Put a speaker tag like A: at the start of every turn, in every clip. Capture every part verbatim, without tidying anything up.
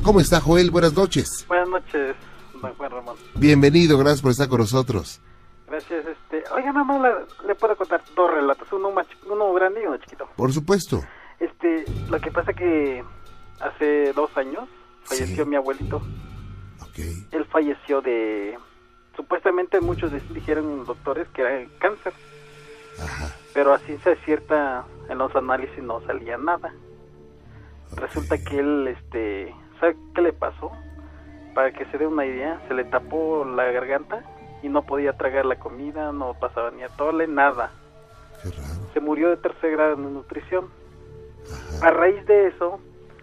A: ¿Cómo está, Joel? Buenas noches.
B: Buenas noches, don Juan Ramón.
A: Bienvenido, gracias por estar con nosotros.
B: Gracias, este... Oiga, nada más le, le puedo contar dos relatos, uno más chico, uno grande y uno chiquito.
A: Por supuesto.
B: Este, lo que pasa que hace dos años falleció
A: Sí.
B: mi abuelito.
A: Ok.
B: Él falleció de... Supuestamente muchos dijeron los doctores que era cáncer.
A: Ajá.
B: Pero así se cierta, en los análisis no salía nada.
A: Okay.
B: Resulta que él, este... ¿Sabe qué le pasó? Para que se dé una idea, se le tapó la garganta y no podía tragar la comida, no pasaba ni atole, nada.
A: Qué raro.
B: Se murió de tercer grado de nutrición.
A: Ajá.
B: A raíz de eso,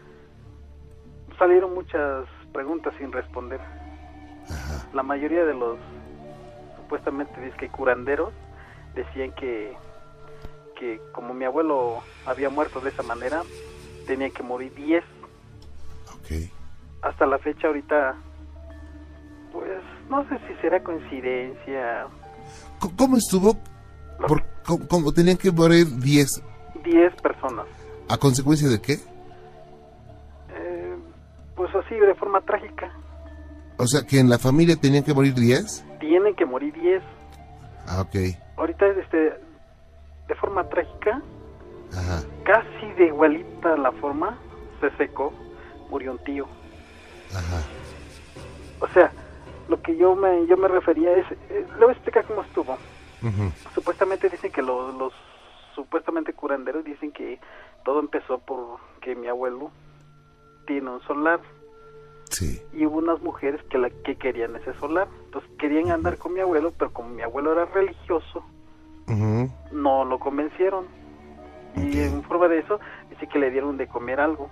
B: salieron muchas preguntas sin responder.
A: Ajá.
B: La mayoría de los, supuestamente, disque curanderos, decían que, que como mi abuelo había muerto de esa manera, tenía que morir diez.
A: Ok.
B: Hasta la fecha ahorita, pues, no sé si será coincidencia.
A: C- ¿Cómo estuvo? Por, cómo, cómo tenían que morir diez?
B: diez personas.
A: ¿A consecuencia de qué?
B: Eh, pues así, de forma trágica.
A: O sea, que en la familia tenían que morir diez.
B: Tienen que morir diez.
A: Ah, ok.
B: Ahorita, este, de forma trágica,
A: Ajá.
B: casi de igualita la forma, se secó, murió un tío.
A: Ajá.
B: O sea, lo que yo me yo me refería es, eh, le voy a explicar cómo estuvo.
A: Uh-huh.
B: Supuestamente dicen que lo- los supuestamente curanderos dicen que todo empezó por que mi abuelo tiene un solar
A: Sí.
B: y hubo unas mujeres que la que querían ese solar, entonces querían andar con mi abuelo, pero como mi abuelo era religioso,
A: Uh-huh.
B: no lo convencieron. Y
A: Ok.
B: en forma de eso dice que le dieron de comer algo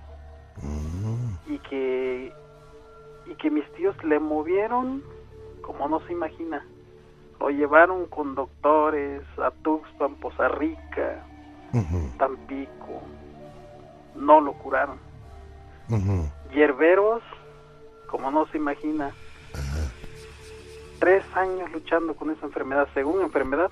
A: Uh-huh.
B: y que y que mis tíos le movieron como no se imagina. Lo llevaron con doctores a Tuxpan, Poza Rica,
A: Uh-huh.
B: Tampico. No lo curaron.
A: Uh-huh.
B: Hierberos, como no se imagina.
A: Ajá.
B: Tres años luchando con esa enfermedad. Según enfermedad,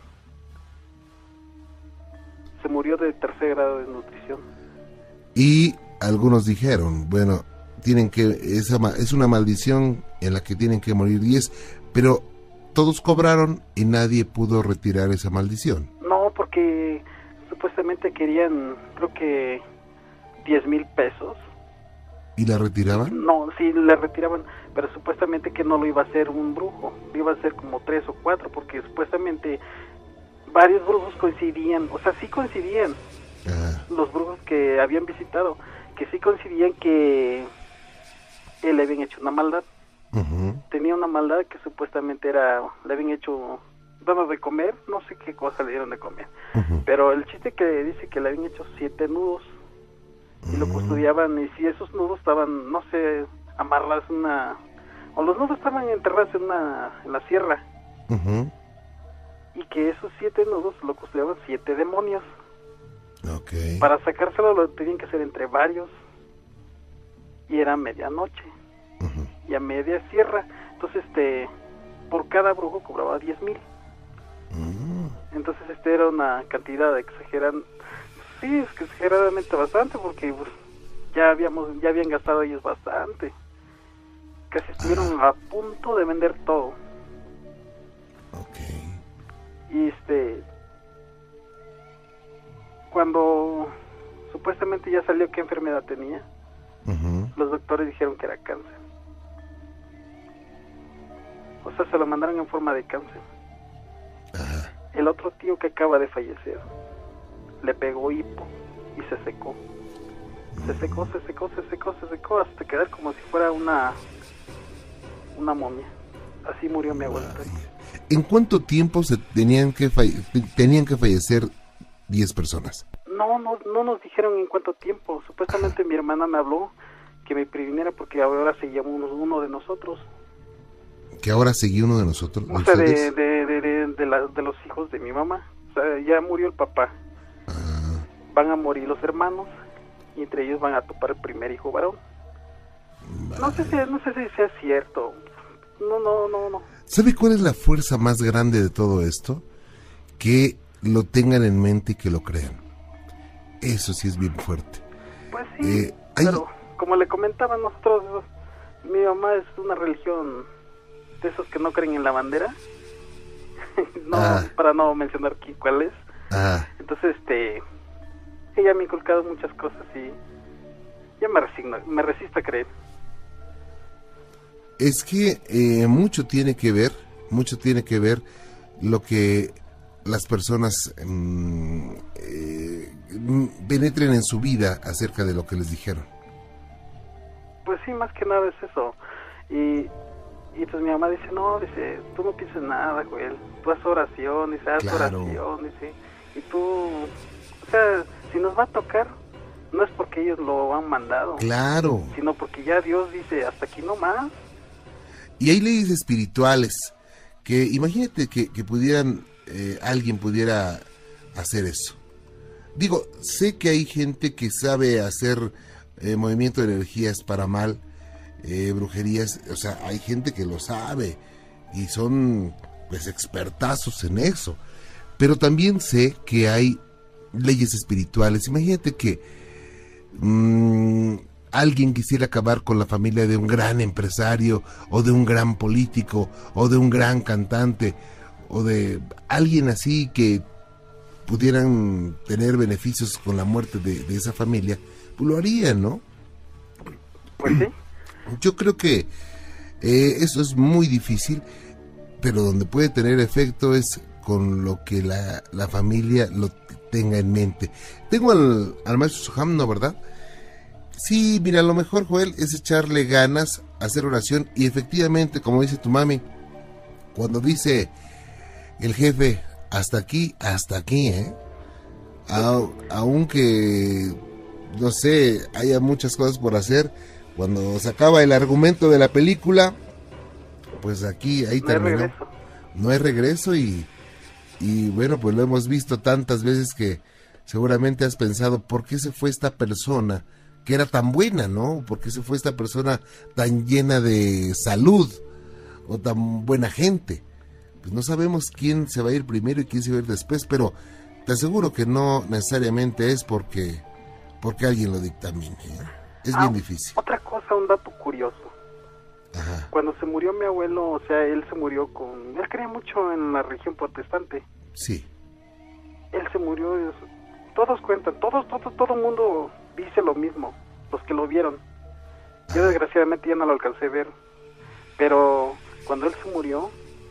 B: se murió de tercer grado de nutrición.
A: Y algunos dijeron, bueno, tienen que esa ma- es una maldición en la que tienen que morir diez, pero todos cobraron y nadie pudo retirar esa maldición.
B: No, porque supuestamente querían, creo que diez mil pesos.
A: ¿Y la retiraban?
B: No, sí le retiraban, pero supuestamente que no lo iba a hacer un brujo, lo iba a hacer como tres o cuatro, porque supuestamente varios brujos coincidían, o sea, sí coincidían,
A: Ajá.
B: los brujos que habían visitado, que sí coincidían que él le habían hecho una maldad,
A: Uh-huh.
B: tenía una maldad que supuestamente era, le habían hecho, dado de comer, no sé qué cosa le dieron de comer,
A: Uh-huh.
B: pero el chiste que dice que le habían hecho siete nudos, y lo custodiaban, y si esos nudos estaban, no sé, amarrados en una, o los nudos estaban enterrados en una, en la sierra,
A: Uh-huh.
B: y que esos siete nudos lo custodiaban siete demonios.
A: Ok.
B: Para sacárselo lo tenían que hacer entre varios, y era medianoche,
A: Uh-huh.
B: y a media sierra, entonces este, por cada brujo cobraba diez mil,
A: Uh-huh.
B: entonces este era una cantidad exagerada, sí, es que exageradamente bastante, porque pues, ya habíamos, ya habían gastado ellos bastante, casi estuvieron a punto de vender todo.
A: Ok.
B: Y este, cuando supuestamente ya salió qué enfermedad tenía,
A: Uh-huh.
B: los doctores dijeron que era cáncer. O sea, se lo mandaron en forma de cáncer.
A: Ajá.
B: El otro tío que acaba de fallecer le pegó hipo y se secó. Se secó, se secó, se secó, se secó hasta quedar como si fuera una una momia. Así murió mi abuelita.
A: ¿En cuánto tiempo se tenían que falle- tenían que fallecer diez personas?
B: No, no, no nos dijeron en cuánto tiempo. Supuestamente mi hermana me habló que me previniera porque ahora seguía uno, uno de nosotros.
A: Que ahora seguía uno de nosotros.
B: O sea, de,
A: ustedes?
B: de, de, de, de, la- de los hijos de mi mamá. O sea, ya murió el papá.
A: Ah,
B: Van a morir los hermanos y entre ellos van a topar el primer hijo varón. No sé si, no sé si sea cierto. No, no, no, no.
A: ¿sabe cuál es la fuerza más grande de todo esto? Que lo tengan en mente y que lo crean. Eso sí es bien fuerte.
B: Pues sí,
A: Eh, hay,
B: pero como le comentaba, nosotros, mi mamá es una religión de esos que no creen en la bandera, no, ah. para no mencionar aquí cuál es.
A: Ah.
B: Entonces, este, ella me ha inculcado muchas cosas y ya me resigno, me resisto a creer.
A: Es que eh, mucho tiene que ver, mucho tiene que ver lo que las personas mmm, eh, penetren en su vida acerca de lo que les dijeron.
B: Pues sí, más que nada es eso. Y, y pues mi mamá dice, no, dice, tú no pienses nada, Joel, tú haz oración, dice, haz
A: claro.
B: oración, dice, y tú, o sea, si nos va a tocar, no es porque ellos lo han mandado,
A: claro,
B: sino porque ya Dios dice, hasta aquí no más.
A: Y hay leyes espirituales que, imagínate que, que pudieran, eh, alguien pudiera hacer eso. Digo, sé que hay gente que sabe hacer eh, movimiento de energías para mal, eh, brujerías, o sea, hay gente que lo sabe y son pues expertazos en eso. Pero también sé que hay leyes espirituales. Imagínate que mmm, alguien quisiera acabar con la familia de un gran empresario o de un gran político o de un gran cantante o de alguien así que pudieran tener beneficios con la muerte de, de esa familia, pues lo harían, ¿no?
B: Pues sí.
A: Yo creo que eh, eso es muy difícil, pero donde puede tener efecto es con lo que la, la familia lo tenga en mente. Tengo al, al maestro Soham, ¿no, verdad? Sí, mira, lo mejor, Joel, es echarle ganas, hacer oración y efectivamente, como dice tu mami, cuando dice el jefe, hasta aquí, hasta aquí, ¿eh? A, aunque, no sé, haya muchas cosas por hacer, cuando se acaba el argumento de la película, pues aquí, ahí
B: no
A: terminó.
B: Hay regreso.
A: No hay regreso y, y bueno, pues lo hemos visto tantas veces que seguramente has pensado, ¿por qué se fue esta persona que era tan buena, ¿no? ¿Por qué se fue esta persona tan llena de salud o tan buena gente? Pues no sabemos quién se va a ir primero y quién se va a ir después, pero te aseguro que no necesariamente es porque porque alguien lo dictamine, ¿eh? Es
B: ah,
A: bien difícil.
B: Otra cosa, un dato curioso.
A: Ajá.
B: Cuando se murió mi abuelo, o sea, él se murió con... Él creía mucho en la religión protestante.
A: Sí.
B: Él se murió, es, todos cuentan, todos, todos, todo el mundo dice lo mismo, los que lo vieron. Yo
A: Ajá.
B: desgraciadamente ya no lo alcancé a ver, pero cuando él se murió,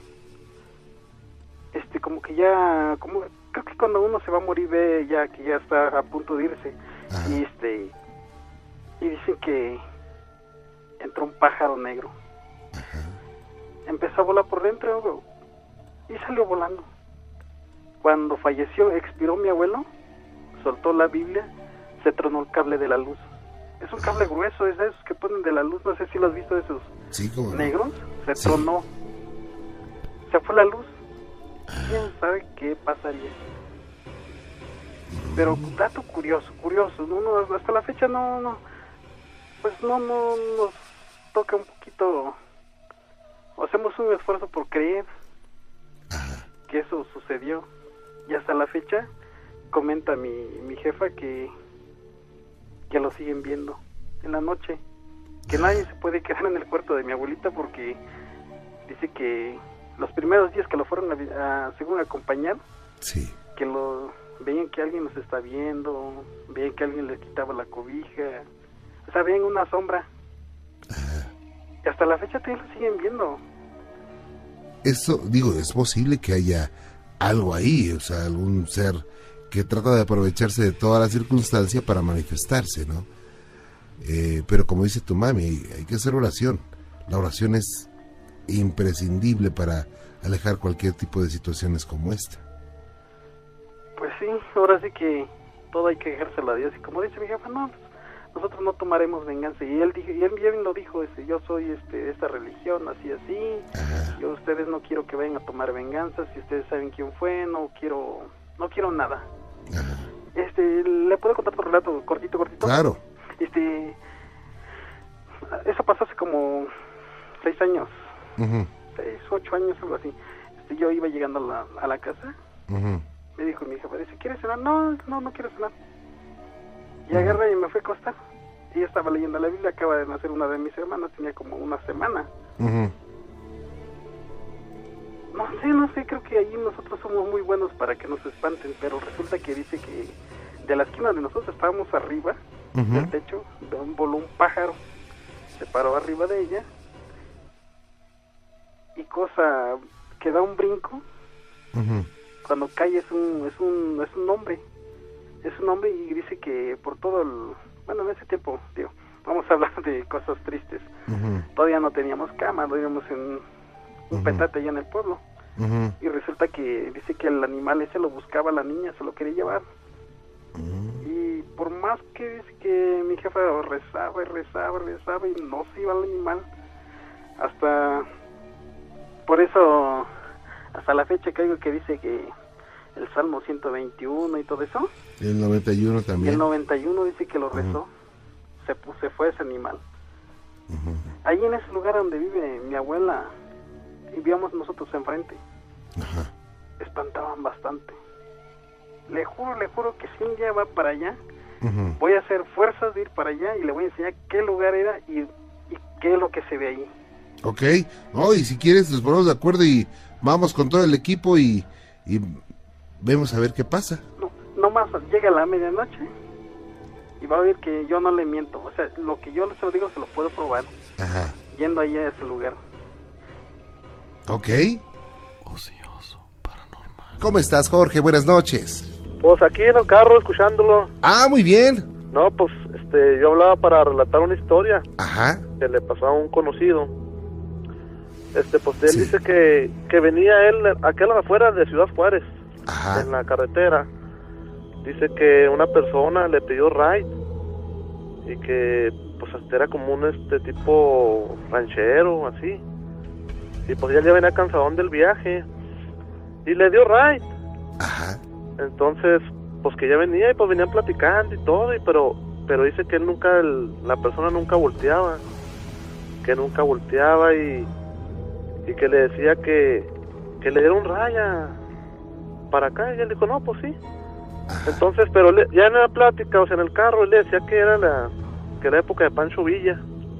B: este, como que ya, como creo que cuando uno se va a morir ve ya que ya está a punto de irse. Ajá. y este, y dicen que entró un pájaro negro.
A: Ajá.
B: Empezó a volar por dentro y salió volando. Cuando falleció, expiró mi abuelo, soltó la Biblia, se tronó el cable de la luz. Es un cable grueso, es de esos que ponen de la luz, no sé si lo has visto, de esos
A: sí, ¿cómo no?
B: negros, se
A: sí.
B: tronó. Se fue la luz. ¿Quién sabe qué pasaría? Pero dato curioso, curioso, uno hasta la fecha no, no pues no, no nos toca un poquito, hacemos un esfuerzo por creer
A: Ajá.
B: que eso sucedió, y hasta la fecha comenta mi, mi jefa que que lo siguen viendo en la noche, que nadie se puede quedar en el cuarto de mi abuelita porque dice que los primeros días que lo fueron a, a según acompañar,
A: sí.
B: que lo veían que alguien los está viendo, veían que alguien les quitaba la cobija, o sea, veían una sombra.
A: Ajá.
B: Y hasta la fecha todavía lo siguen viendo.
A: Eso, digo, es posible que haya algo ahí, o sea, algún ser que trata de aprovecharse de toda la circunstancia para manifestarse, ¿no? Eh, pero como dice tu mami, hay, hay que hacer oración. La oración es imprescindible para alejar cualquier tipo de situaciones como esta.
B: Pues sí, ahora sí que todo hay que dejárselo a Dios. Y como dice mi jefa, no, pues, nosotros no tomaremos venganza. Y él dijo, y él bien lo dijo, este, yo soy este de esta religión, así así.
A: Ajá.
B: Yo ustedes no quiero que vayan a tomar venganza. Si ustedes saben quién fue, no quiero, no quiero nada.
A: Ajá.
B: Este, ¿le puedo contar tu relato cortito, cortito?
A: Claro.
B: Este, eso pasó hace como seis años,
A: uh-huh.
B: seis, ocho años, algo así. Este, yo iba llegando a la, a la casa,
A: uh-huh.
B: me dijo mi jefa, dice, ¿quieres cenar? No, no, no quiero cenar. Y
A: uh-huh.
B: agarré y me fui a acostar. y estaba leyendo la Biblia, acaba de nacer una de mis hermanas, tenía como una semana.
A: Uh-huh.
B: No sé, no sé, creo que allí nosotros somos muy buenos para que nos espanten, pero resulta que dice que de la esquina de nosotros estábamos arriba, uh-huh, del techo, voló un pájaro, se paró arriba de ella, y cosa que da un brinco, uh-huh, cuando cae es un, es un, es un hombre, es un hombre y dice que por todo el, bueno, en ese tiempo, digo, vamos a hablar de cosas tristes, uh-huh, todavía no teníamos cama, no íbamos en un uh-huh petate allá en el pueblo, uh-huh, y resulta que dice que el animal ese lo buscaba la niña, se lo quería llevar, uh-huh, y por más que dice que mi jefa rezaba y rezaba y rezaba y no se iba el animal, hasta, por eso, hasta la fecha que algo que dice que el Salmo ciento veintiuno y todo eso,
A: y el noventa y uno también,
B: el noventa y uno dice que lo rezó, uh-huh, se, se fue ese animal, uh-huh, ahí en ese lugar donde vive mi abuela, vivíamos nosotros enfrente, ajá, espantaban bastante. Le juro, le juro que si un día va para allá, uh-huh, voy a hacer fuerzas de ir para allá y le voy a enseñar qué lugar era y, y qué es lo que se ve ahí.
A: Ok, no, y si quieres nos ponemos de acuerdo y vamos con todo el equipo y, y vemos a ver qué pasa.
B: No, nomás llega a la medianoche y va a ver que yo no le miento, o sea, lo que yo se lo digo se lo puedo probar, ajá, yendo allá a ese lugar.
A: Ok. Ocioso paranormal. ¿Cómo estás, Jorge? Buenas noches.
C: Pues aquí en el carro escuchándolo.
A: Ah, muy bien.
C: No, pues este, yo hablaba para relatar una historia.
A: Ajá.
C: Que le pasó a un conocido. Este, pues él sí dice que, que venía él, aquel afuera de Ciudad Juárez. Ajá. En la carretera. Dice que una persona le pidió ride. Y que, pues, era como un este tipo ranchero, así. Y pues ya venía cansadón del viaje y le dio ride.
A: Ajá.
C: Entonces, pues que ya venía y pues venían platicando y todo, y pero pero dice que él nunca, el, la persona nunca volteaba, que nunca volteaba y, y que le decía que, que le diera un raya para acá, y él dijo, no, pues sí. Ajá. Entonces, pero le, ya en la plática, o sea, en el carro, él le decía que era la, que era época de Pancho Villa.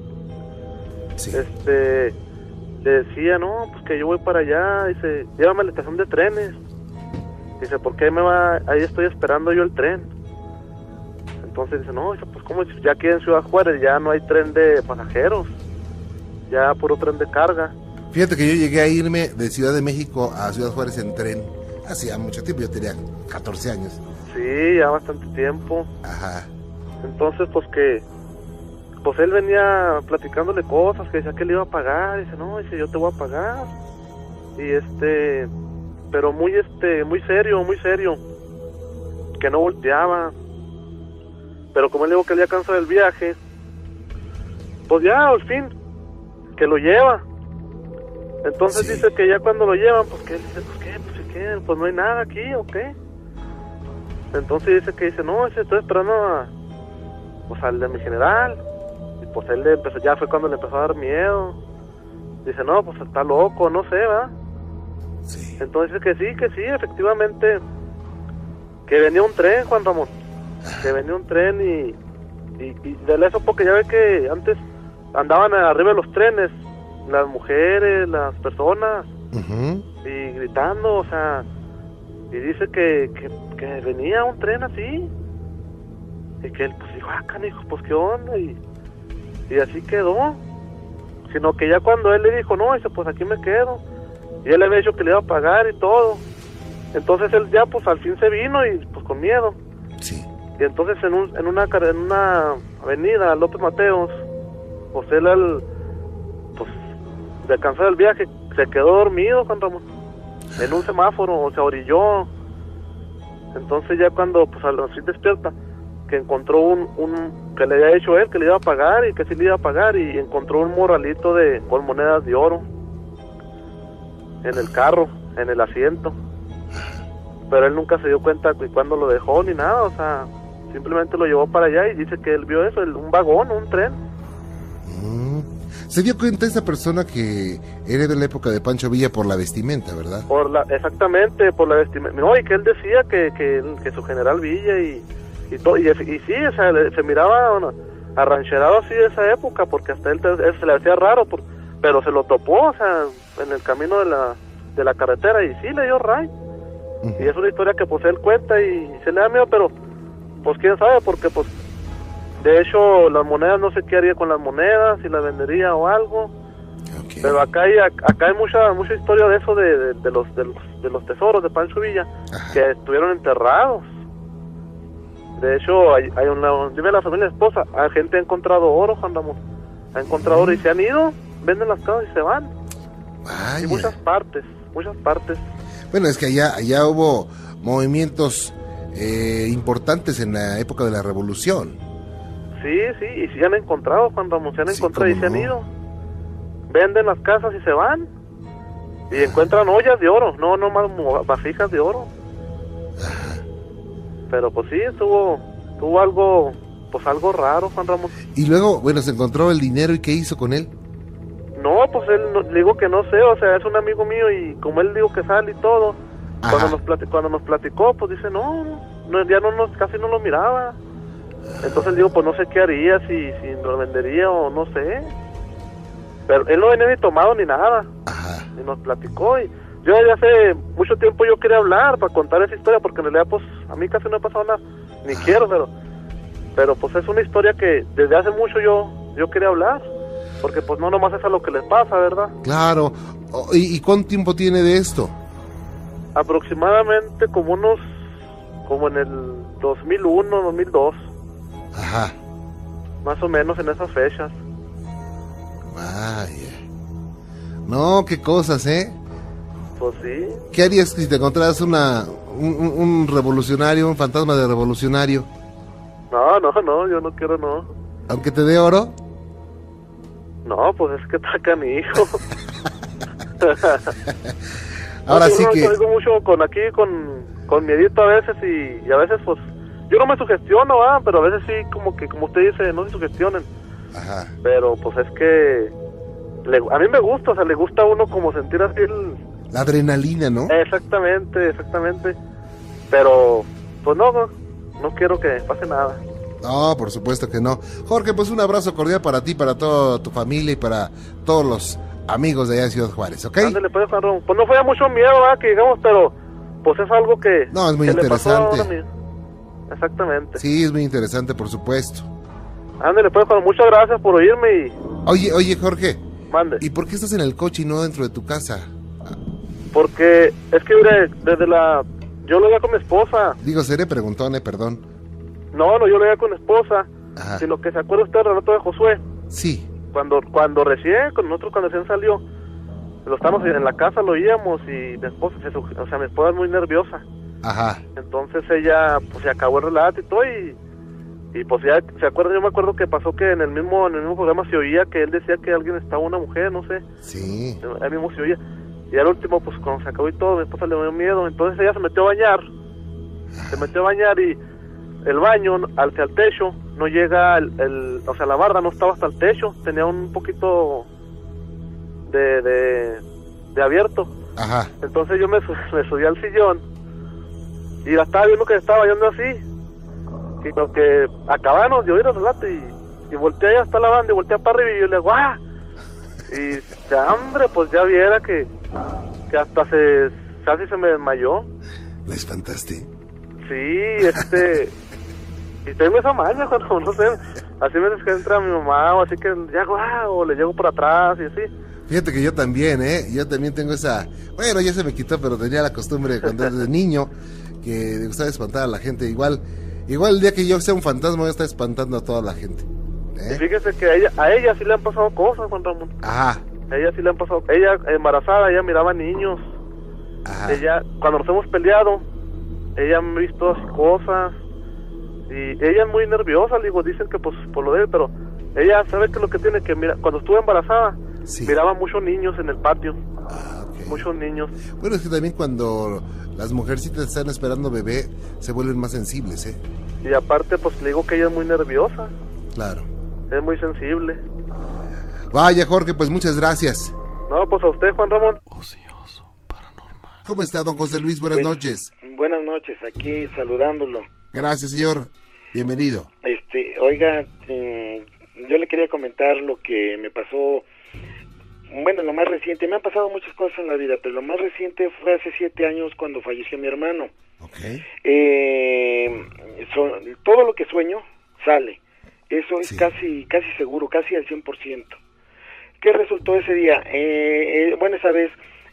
A: Sí.
C: Este... Le decía, no, pues que yo voy para allá, dice, llévame a la estación de trenes. Dice, ¿por qué me va? Ahí estoy esperando yo el tren. Entonces dice, no, dice, pues como ya aquí en Ciudad Juárez ya no hay tren de pasajeros, ya puro tren de carga.
A: Fíjate que yo llegué a irme de Ciudad de México a Ciudad Juárez en tren, hacía mucho tiempo, yo tenía catorce años.
C: Sí, ya bastante tiempo.
A: Ajá.
C: Entonces, pues que... Pues él venía platicándole cosas, que decía que le iba a pagar, dice, no, dice, yo te voy a pagar, y este, pero muy este, muy serio, muy serio, que no volteaba, pero como él dijo que él ya cansado del viaje, pues ya, al fin, que lo lleva, entonces sí dice que ya cuando lo llevan, pues que él dice, pues qué, pues qué, pues no hay nada aquí, ¿o qué? Entonces dice que dice, no, dice, estoy esperando a, pues al de mi general. Pues él le empezó, ya fue cuando le empezó a dar miedo. Dice, no, pues está loco, no sé, ¿verdad?
A: Sí.
C: Entonces dice que sí, que sí, efectivamente, que venía un tren, Juan Ramón, que venía un tren y, y, y de eso porque ya ve que antes andaban arriba de los trenes las mujeres, las personas, uh-huh, y gritando, o sea, y dice que, que, que venía un tren así, y que él pues dijo, ah, canijo, pues qué onda, y Y así quedó, sino que ya cuando él le dijo, no, dice, pues aquí me quedo, y él le había dicho que le iba a pagar y todo, entonces él ya pues al fin se vino y pues con miedo,
A: sí,
C: y entonces en, un, en, una, en una avenida, López Mateos, pues él al, pues de cansado del viaje, se quedó dormido, Juan Ramón, en un semáforo, o se orilló, entonces ya cuando pues al fin despierta, que encontró un, un que le había dicho él que le iba a pagar y que sí le iba a pagar y encontró un morralito de con monedas de oro en el carro, en el asiento, pero él nunca se dio cuenta de cuándo lo dejó ni nada, o sea, simplemente lo llevó para allá y dice que él vio eso, el, un vagón, un tren.
A: Mm. Se dio cuenta esta persona que era de la época de Pancho Villa por la vestimenta, ¿verdad?
C: Por la, exactamente, por la vestimenta, no, y que él decía que, que, que su general Villa y Y, to, y, y sí, o sea, se miraba, bueno, arrancherado así de esa época, porque hasta él, él se le hacía raro, por, pero se lo topó, o sea, en el camino de la, de la carretera, y sí le dio ray. Uh-huh. Y es una historia que pues él cuenta y se le da miedo, pero pues quién sabe, porque pues de hecho las monedas, no sé qué haría con las monedas, si las vendería o algo. Okay. Pero acá hay acá hay mucha mucha historia de eso, de, de, de los de los de los tesoros de Pancho Villa. Ajá. Que estuvieron enterrados. De hecho hay, hay una, dime la familia esposa, hay gente ha encontrado oro, Juan Ramón, ha encontrado oro y se han ido, venden las casas y se van.
A: Vaya.
C: Y muchas partes, muchas partes.
A: Bueno, es que allá allá hubo movimientos eh, importantes en la época de la Revolución.
C: Sí, sí, y sí han encontrado, Juan Ramón, se han sí, encontrado y se no. han ido. Venden las casas y se van. Y encuentran ollas de oro, no, no más vasijas de oro. Ajá. Pero pues sí, estuvo, tuvo algo, pues algo raro, Juan Ramón.
A: Y luego, bueno, se encontró el dinero, ¿y qué hizo con él?
C: No, pues él, no, le digo que no sé, o sea, es un amigo mío y como él dijo que sale y todo, cuando nos, platicó, cuando nos platicó, pues dice, no, no ya no nos, casi no lo miraba. Entonces digo, pues no sé qué haría, si, si lo vendería o no sé. Pero él no venía ni tomado ni nada. Ajá. Y nos platicó y yo desde hace mucho tiempo yo quería hablar para contar esa historia, porque en realidad pues a mí casi no ha pasado nada, ni Ajá. quiero, pero pero pues es una historia que desde hace mucho yo yo quería hablar, porque pues no nomás es a lo que les pasa, ¿verdad?
A: Claro. ¿Y, y cuánto tiempo tiene de esto?
C: Aproximadamente como unos, como en el dos mil uno, dos mil dos.
A: Ajá.
C: Más o menos en esas fechas.
A: Vaya. No, qué cosas, ¿eh?
C: Pues sí.
A: ¿Qué harías si te encontraras una un, un revolucionario, un fantasma de revolucionario?
C: No, no, no, yo no quiero, no.
A: ¿Aunque te dé oro?
C: No, pues es que está canijo.
A: Ahora
C: no,
A: sí
C: no,
A: que...
C: Yo digo mucho con aquí, con, con miedito a veces y, y a veces pues... Yo no me sugestiono, ¿ah? Pero a veces sí, como que, como usted dice, no se sugestionen.
A: Ajá.
C: Pero pues es que le, a mí me gusta, o sea, le gusta a uno como sentir así el...
A: La adrenalina, ¿no?
C: Exactamente, exactamente. Pero pues no, no, no quiero que pase nada.
A: No, por supuesto que no. Jorge, pues un abrazo cordial para ti, para toda tu familia y para todos los amigos de allá en Ciudad Juárez, ¿ok?
C: Ándale, pues, Juan Ramón. Pues no fue mucho miedo, ¿verdad? Que digamos, pero pues es algo que...
A: No, es muy
C: que
A: interesante.
C: Le pasó a Exactamente.
A: Sí, es muy interesante, por supuesto.
C: Ándale, pues, Juan, muchas gracias por oírme y...
A: Oye, oye, Jorge.
C: Mande.
A: ¿Y por qué estás en el coche y no dentro de tu casa?
C: Porque es que, mire, desde la... Yo lo veía con mi esposa.
A: Digo, seré preguntón, eh, perdón.
C: No, no, yo lo veía con mi esposa.
A: Ajá.
C: Sino que se acuerda usted del relato de Josué.
A: Sí.
C: Cuando cuando recién, con nosotros cuando recién salió, lo estábamos en la casa, lo oíamos y mi esposa, se, o sea, mi esposa es muy nerviosa.
A: Ajá.
C: Entonces ella, pues se acabó el relato y todo y... Y pues ya, ¿se acuerdan? Yo me acuerdo que pasó que en el mismo en el mismo programa se oía que él decía que alguien estaba una mujer, no sé.
A: Sí.
C: Ahí mismo se oía. Y al último, pues cuando se acabó y todo, mi esposa le dio miedo. Entonces ella se metió a bañar. Se metió a bañar y el baño, hacia el techo, no llega, el, el, o sea, la barda no estaba hasta el techo. Tenía un poquito de, de, de abierto.
A: Ajá.
C: Entonces yo me, me subí al sillón y la estaba viendo que estaba bañando así. Y lo que acabamos de oír el relato y, y volteé allá hasta la banda y volteé para arriba y yo le digo ¡ah! Y ya, hombre, pues ya viera que, que hasta se casi se me desmayó.
A: ¿La espantaste?
C: Sí, este... y tengo esa maña cuando, no sé, así me dice que entra mi mamá o así que ya guau, o le llego por atrás y así.
A: Fíjate que yo también, ¿eh? Yo también tengo esa... Bueno, ya se me quitó, pero tenía la costumbre cuando era niño que me gustaba espantar a la gente. Igual... Igual el día que yo sea un fantasma voy a estar espantando a toda la gente. ¿eh?
C: Y fíjese que a ella, a ella sí le han pasado cosas, Juan Ramón.
A: Ajá.
C: A ella sí le han pasado... Ella embarazada, ella miraba niños. Ajá. Ella, cuando nos hemos peleado, ella me ha visto así cosas. Y ella es muy nerviosa, digo, dicen que pues por lo de él, pero ella sabe que lo que tiene que mirar... Cuando estuve embarazada, sí. Miraba muchos niños en el patio.
A: Ah, okay.
C: Muchos niños.
A: Bueno, es que también cuando las mujercitas están esperando bebé, se vuelven más sensibles, ¿eh?
C: Y aparte, pues le digo que ella es muy nerviosa.
A: Claro.
C: Es muy sensible.
A: Vaya, Jorge, pues muchas gracias.
C: No, pues a usted, Juan Ramón.
A: Ocioso, paranormal. ¿Cómo está, don José Luis? Buenas
D: pues,
A: noches.
D: Buenas noches, aquí saludándolo.
A: Gracias, señor. Bienvenido.
D: Este, Este, oiga, eh, yo le quería comentar lo que me pasó. Bueno, lo más reciente, me han pasado muchas cosas en la vida, pero lo más reciente fue hace siete años cuando falleció mi hermano.
A: Okay.
D: Eh, so, todo lo que sueño sale, eso es
A: Sí.
D: casi casi seguro, casi al cien por ciento. ¿Qué resultó ese día? Eh, eh, bueno, esa vez,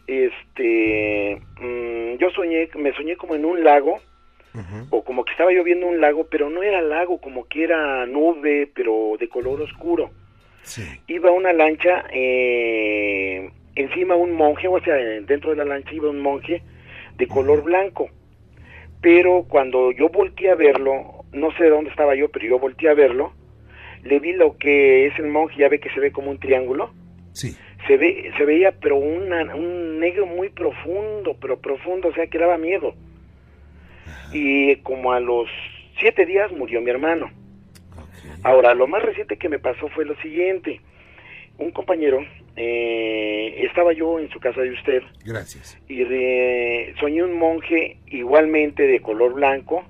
D: este, mmm, yo soñé, me soñé como en un lago,
A: Uh-huh.
D: o como que estaba yo viendo un lago, pero no era lago, como que era nube, pero de color oscuro.
A: Sí.
D: Iba una lancha, eh, encima un monje, o sea, dentro de la lancha iba un monje de color blanco. Pero cuando yo volteé a verlo, no sé dónde estaba yo, pero yo volteé a verlo, le vi lo que es el monje, ya ve que se ve como un triángulo.
A: Sí.
D: Se ve, se veía, pero una, un negro muy profundo, pero profundo, o sea, que daba miedo. Y como a los siete días murió mi hermano.
A: Okay.
D: Ahora, lo más reciente que me pasó fue lo siguiente. Un compañero, eh, estaba yo en su casa de usted,
A: Gracias.
D: y de, soñé un monje igualmente de color blanco.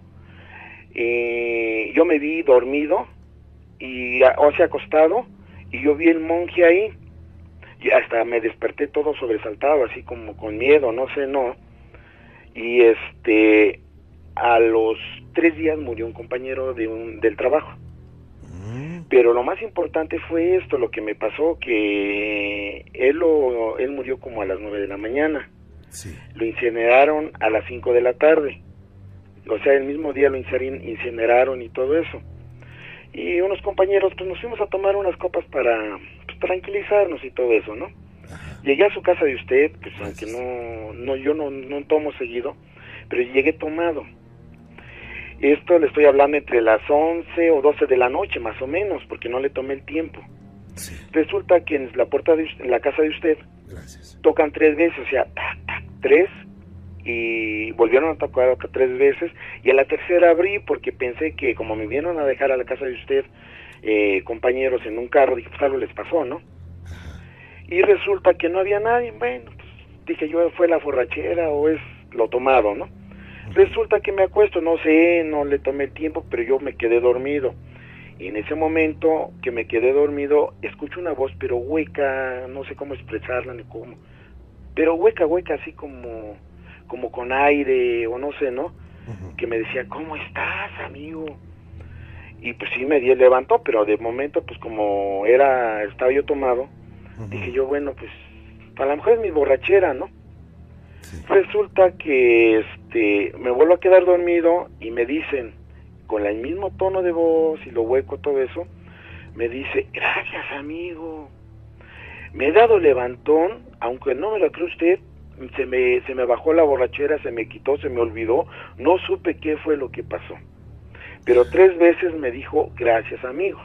D: Eh, yo me vi dormido, y o sea, acostado, y yo vi el monje ahí, y hasta me desperté todo sobresaltado, así como con miedo, no sé, no. Y este, a los tres días murió un compañero de un, del trabajo.
A: Mm.
D: Pero lo más importante fue esto, lo que me pasó, que él, lo, él murió como a las nueve de la mañana.
A: Sí.
D: Lo incineraron a las cinco de la tarde. O sea, el mismo día lo incineraron y todo eso. Y unos compañeros, pues nos fuimos a tomar unas copas para pues, tranquilizarnos y todo eso, ¿no?
A: Ajá.
D: Llegué a su casa de usted, pues
A: Gracias.
D: aunque no, no yo no, no tomo seguido, pero llegué tomado. Esto le estoy hablando entre las once o doce de la noche, más o menos, porque no le tomé el tiempo.
A: Sí.
D: Resulta que en la puerta de usted, en la casa de usted,
A: Gracias.
D: tocan tres veces, o sea, tac, tac, tres, y volvieron a tocar otras tres veces, y a la tercera abrí porque pensé que como me vinieron a dejar a la casa de usted eh, compañeros en un carro, dije, pues algo les pasó, ¿no?
A: Ajá.
D: Y resulta que no había nadie. Bueno, pues dije yo, fue la borrachera o es lo tomado, ¿no? Resulta que me acuesto, no sé, no le tomé el tiempo, pero yo me quedé dormido. Y en ese momento que me quedé dormido, escucho una voz, pero hueca, no sé cómo expresarla ni cómo, pero hueca, hueca, así como, como con aire, o no sé, ¿no?
A: Uh-huh.
D: Que me decía, ¿cómo estás, amigo? Y pues sí, me di, levantó, pero de momento, pues como era, estaba yo tomado,
A: Uh-huh.
D: dije yo, bueno, pues a lo mejor es mi borrachera, ¿no?
A: Sí.
D: Resulta que este me vuelvo a quedar dormido y me dicen, con el mismo tono de voz y lo hueco, todo eso, me dice, gracias, amigo. Me he dado levantón, aunque no me lo cree usted, se me, se me bajó la borrachera, se me quitó, se me olvidó, no supe qué fue lo que pasó. Pero tres veces me dijo, gracias, amigo.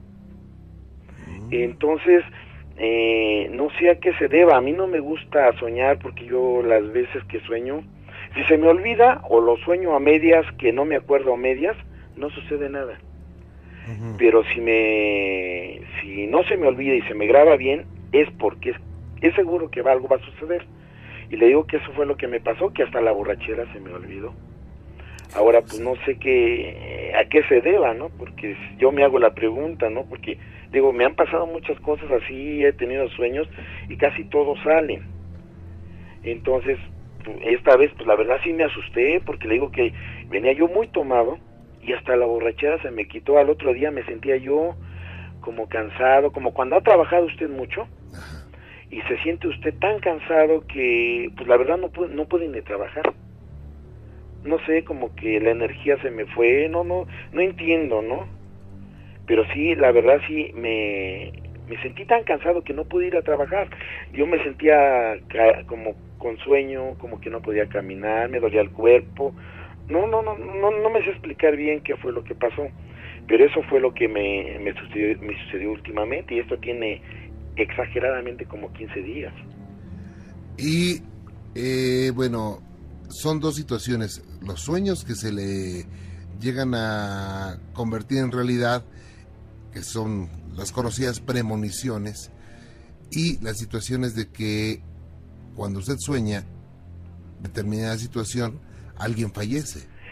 D: Entonces, eh, no sé a qué se deba. A mí no me gusta soñar porque yo las veces que sueño, si se me olvida o lo sueño a medias, que no me acuerdo a medias, no sucede nada.
A: Uh-huh.
D: Pero si me, si no se me olvida y se me graba bien, es porque es, es seguro que algo va a suceder. Y le digo que eso fue lo que me pasó, que hasta la borrachera se me olvidó. Ahora, pues no sé qué, a qué se deba, ¿no? Porque yo me hago la pregunta, ¿no? Porque, digo, me han pasado muchas cosas así, he tenido sueños y casi todos salen. Entonces, esta vez, pues la verdad sí me asusté, porque le digo que venía yo muy tomado y hasta la borrachera se me quitó. Al otro día me sentía yo como cansado, como cuando ha trabajado usted mucho.
A: Ajá.
D: Y se siente usted tan cansado que, pues la verdad no puede, no puede ni trabajar. No sé, como que la energía se me fue, no, no, no entiendo, ¿no? Pero sí, la verdad sí, me, me sentí tan cansado que no pude ir a trabajar. Yo me sentía ca- como con sueño, como que no podía caminar, me dolía el cuerpo. No, no, no, no, no me sé explicar bien qué fue lo que pasó. Pero eso fue lo que me, me, sucedió, me sucedió últimamente, y esto tiene exageradamente como quince días.
A: Y eh, bueno, son dos situaciones: los sueños que se le llegan a convertir en realidad, que son las conocidas premoniciones, y las situaciones de que cuando usted sueña determinada situación, alguien fallece.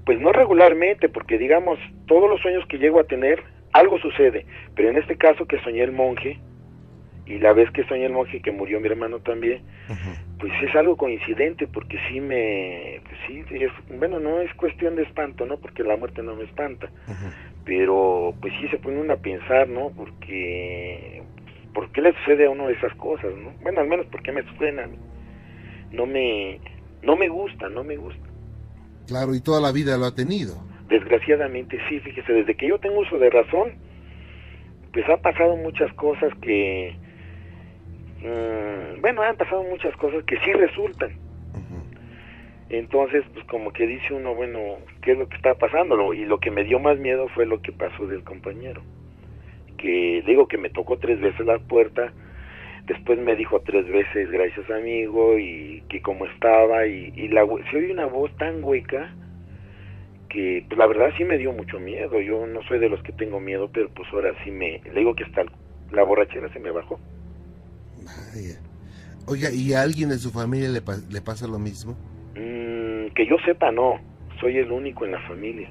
D: Pues no regularmente, porque digamos, todos los sueños que llego a tener, algo sucede, pero en este caso que soñé el monje, y la vez que soñé el monje que murió mi hermano también, uh-huh. pues es algo coincidente, porque sí me, pues sí, es, bueno, no es cuestión de espanto, ¿no? Porque la muerte no me espanta, uh-huh. pero pues sí se pone uno a pensar, ¿no? Porque, ¿por qué le sucede a uno esas cosas, no? Bueno, al menos porque me suenan, no me, no me gusta, no me gusta.
A: Claro, y toda la vida lo ha tenido.
D: Desgraciadamente sí, fíjese, desde que yo tengo uso de razón, pues ha pasado muchas cosas que, mmm, bueno, han pasado muchas cosas que sí resultan. Uh-huh. Entonces, pues como que dice uno, bueno, ¿qué es lo que está pasando? Y lo que me dio más miedo fue lo que pasó del compañero. Que digo que me tocó tres veces la puerta, después me dijo tres veces, gracias amigo, y que cómo estaba, y, y la, se oye una voz tan hueca, que pues la verdad sí me dio mucho miedo. Yo no soy de los que tengo miedo, pero pues ahora sí me, le digo que hasta la borrachera se me bajó.
A: Vaya. Oiga, ¿y a alguien de su familia le, le pasa lo mismo?
D: Mm, que yo sepa, no, soy el único en la familia.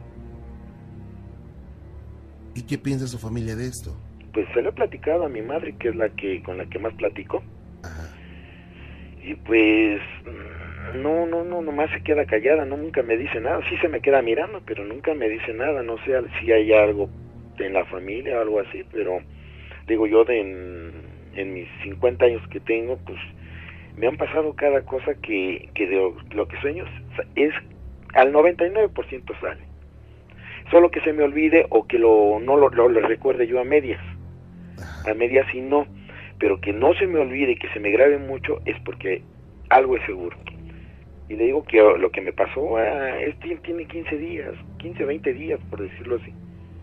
A: ¿Y qué piensa su familia de esto?
D: Pues se lo he platicado a mi madre, que es la que con la que más platico. Ajá. Y pues no, no, no, nomás se queda callada, no, nunca me dice nada. Sí se me queda mirando, pero nunca me dice nada. No sé si hay algo en la familia o algo así, pero digo yo, de en, en mis cincuenta años que tengo, pues me han pasado cada cosa que, que de lo que sueño es al noventa y nueve por ciento sale. Solo que se me olvide o que lo no lo, lo, lo recuerde yo a medias. A medias sí no, pero que no se me olvide y que se me grabe mucho es porque algo es seguro. Y le digo que lo que me pasó ah, es, tiene quince días, quince, veinte días, por decirlo así.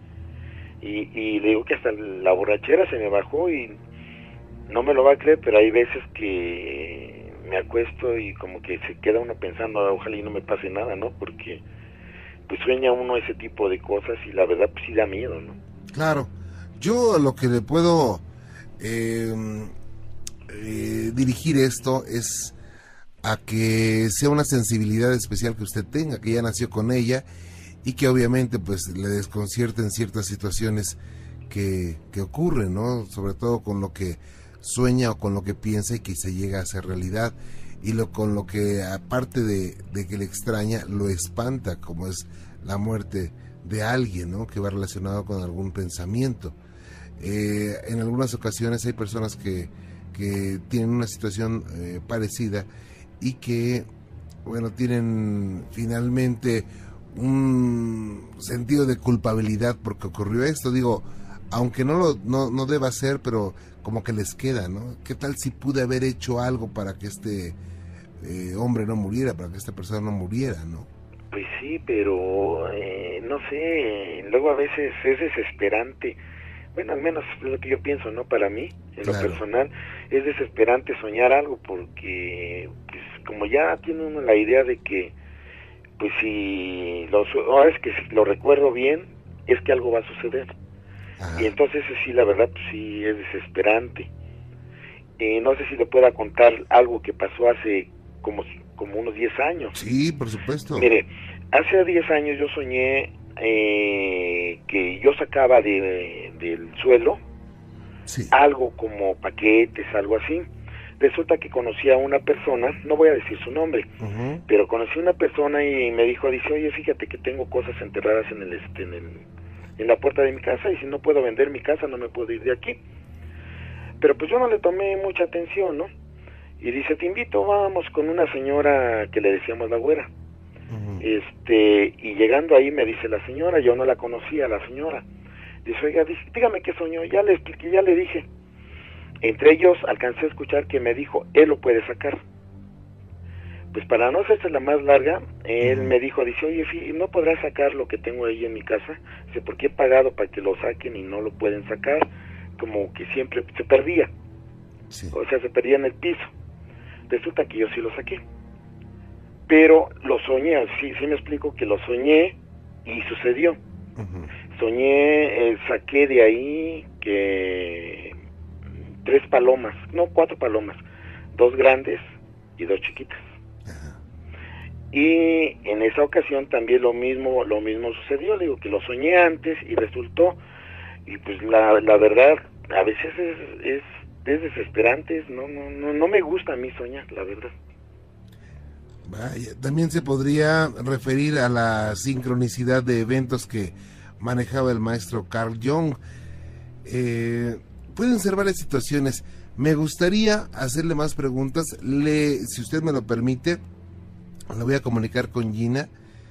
D: Y, y le digo que hasta la borrachera se me bajó y no me lo va a creer, pero hay veces que me acuesto y como que se queda uno pensando, ojalá y no me pase nada, ¿no? Porque pues sueña uno ese tipo de cosas y la verdad pues sí da miedo, ¿no?
A: Claro. Yo lo que le puedo eh, eh, dirigir esto es a que sea una sensibilidad especial que usted tenga, que ya nació con ella y que obviamente pues le desconcierten ciertas situaciones que, que ocurren, ¿no? Sobre todo con lo que sueña o con lo que piensa y que se llega a hacer realidad, y lo con lo que aparte de, de que le extraña, lo espanta, como es la muerte de alguien, ¿no? Que va relacionado con algún pensamiento. Eh, en algunas ocasiones hay personas que, que tienen una situación eh, parecida y que, bueno, tienen finalmente un sentido de culpabilidad porque ocurrió esto. Digo, aunque no lo no, no deba ser, pero como que les queda, ¿no? ¿Qué tal si pude haber hecho algo para que este eh, hombre no muriera, para que esta persona no muriera, ¿no?
D: Pues sí, pero eh, no sé, luego a veces es desesperante. Bueno, al menos es lo que yo pienso, ¿no? Para mí, en claro. Lo personal, es desesperante soñar algo porque, pues, como ya tiene uno la idea de que, pues, si lo, ahora es que si lo recuerdo bien, es que algo va a suceder. Ajá. Y entonces, sí, la verdad, pues, sí, es desesperante. Eh, no sé si le pueda contar algo que pasó hace como, como unos diez años.
A: Sí, por supuesto.
D: Mire, hace diez años yo soñé eh, que yo sacaba de, de, del suelo sí. algo como paquetes, algo así. Resulta que conocí a una persona, no voy a decir su nombre, uh-huh. pero conocí a una persona y me dijo, dice, oye, fíjate que tengo cosas enterradas en el, este, en el, en la puerta de mi casa y si no puedo vender mi casa no me puedo ir de aquí. Pero pues yo no le tomé mucha atención, ¿no? Y dice, te invito, vamos con una señora que le decíamos la güera. Uh-huh. Este, y llegando ahí me dice la señora, yo no la conocía, la señora. Dice, oiga, dígame qué soñó, ya le expliqué, ya le dije. Entre ellos alcancé a escuchar que me dijo, él lo puede sacar. Pues para no hacerse la más larga, él uh-huh. me dijo, dice, oye, ¿no podrás sacar lo que tengo ahí en mi casa? Dice, porque he pagado para que lo saquen y no lo pueden sacar. Como que siempre se perdía. Sí. O sea, se perdía en el piso. Resulta que yo sí lo saqué. Pero lo soñé, sí, sí me explico que lo soñé y sucedió. Uh-huh. Soñé, eh, saqué de ahí que tres palomas, no, cuatro palomas, dos grandes y dos chiquitas. Uh-huh. Y en esa ocasión también lo mismo, lo mismo sucedió, le digo que lo soñé antes y resultó, y pues la, la verdad, a veces es, es, es desesperante, no, no, no, no me gusta a mí soñar, la verdad.
A: Vaya, también se podría referir a la sincronicidad de eventos que manejaba el maestro Carl Jung. Eh, pueden ser varias situaciones. Me gustaría hacerle más preguntas. Le, si usted me lo permite, le voy a comunicar con Gina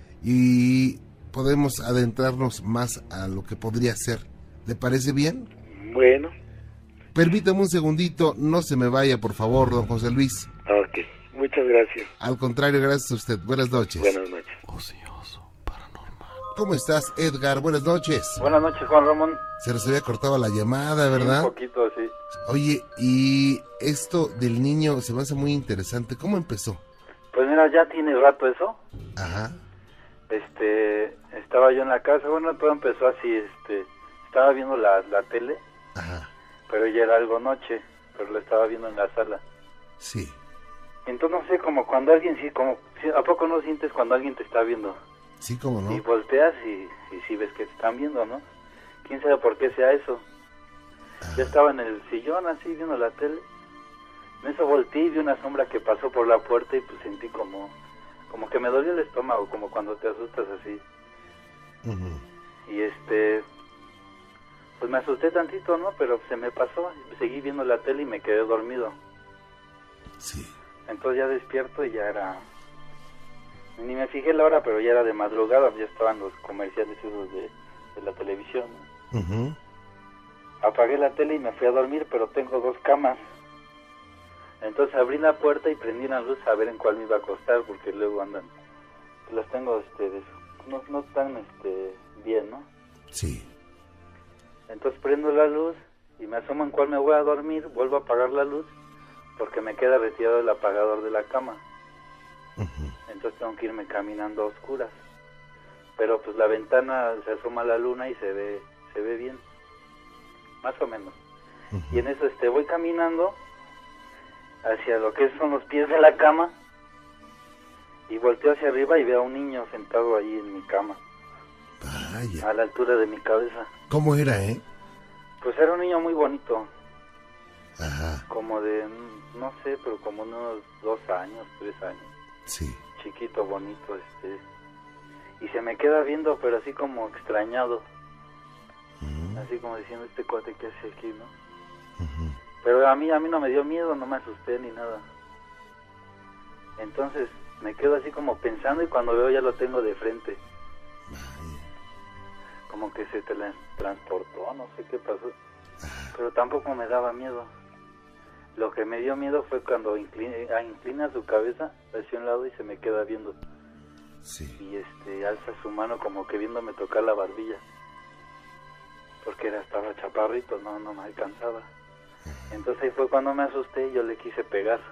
A: y podemos adentrarnos más a lo que podría ser. ¿Le parece bien?
D: Bueno.
A: Permítame un segundito, no se me vaya, por favor, don José Luis.
D: Ok, muchas gracias.
A: Al contrario, gracias a usted. Buenas noches.
D: Buenas noches.
E: Ocioso paranormal.
A: ¿Cómo estás, Edgar? Buenas noches.
B: Buenas noches, Juan Ramón.
A: Se les había cortado la llamada, ¿verdad?
B: Un poquito, sí.
A: Oye, y esto del niño se me hace muy interesante. ¿Cómo empezó?
B: Pues mira, ya tiene rato eso.
A: Ajá.
B: Este, estaba yo en la casa, bueno, todo empezó así, este, estaba viendo la, la tele,
A: Ajá.
B: pero ya era algo noche, pero lo estaba viendo en la sala.
A: Sí.
B: Entonces no sé, como cuando alguien, sí, como, ¿a poco no sientes cuando alguien te está viendo?
A: Sí, cómo no.
B: Y volteas y, y sí ves que te están viendo, ¿no? ¿Quién sabe por qué sea eso?
A: Ajá.
B: Yo estaba en el sillón así viendo la tele. En eso volteé y vi una sombra que pasó por la puerta y pues sentí como, como que me dolió el estómago, como cuando te asustas así.
A: Uh-huh.
B: Y este, pues me asusté tantito, ¿no? Pero se me pasó, seguí viendo la tele y me quedé dormido.
A: Sí.
B: Entonces ya despierto y ya era, ni me fijé la hora, pero ya era de madrugada, ya estaban los comerciales esos de, de la televisión, ¿no?
A: Uh-huh.
B: Apagué la tele y me fui a dormir, pero tengo dos camas. Entonces abrí la puerta y prendí la luz a ver en cuál me iba a acostar, porque luego andan, las tengo, este, des, no, no tan, este, bien, ¿no?
A: Sí.
B: Entonces prendo la luz y me asomo en cuál me voy a dormir, vuelvo a apagar la luz, porque me queda retirado el apagador de la cama.
A: Uh-huh.
B: Entonces tengo que irme caminando a oscuras. Pero pues la ventana se asoma la luna y se ve, se ve bien, más o menos.
A: Uh-huh.
B: Y en eso este voy caminando hacia lo que son los pies de la cama y volteo hacia arriba y veo a un niño sentado ahí en mi cama.
A: Vaya.
B: A la altura de mi cabeza.
A: ¿Cómo era, eh?
B: Pues era un niño muy bonito.
A: Ajá.
B: Como de, no sé, pero como unos dos años, tres años.
A: Sí.
B: Chiquito, bonito, este. Y se me queda viendo, pero así como extrañado.
A: Uh-huh.
B: Así como diciendo, este cuate que hace aquí, ¿no?
A: Uh-huh.
B: Pero a mí, a mí no me dio miedo, no me asusté ni nada. Entonces me quedo así como pensando y cuando veo ya lo tengo de frente.
A: Vaya.
B: Como que se tele- transportó, no sé qué pasó. Pero tampoco me daba miedo. Lo que me dio miedo fue cuando inclina, inclina su cabeza hacia un lado y se me queda viendo.
A: Sí.
B: Y este alza su mano como que viéndome tocar la barbilla. Porque era, estaba chaparrito, no, no me alcanzaba. Entonces ahí fue cuando me asusté y yo le quise pegar.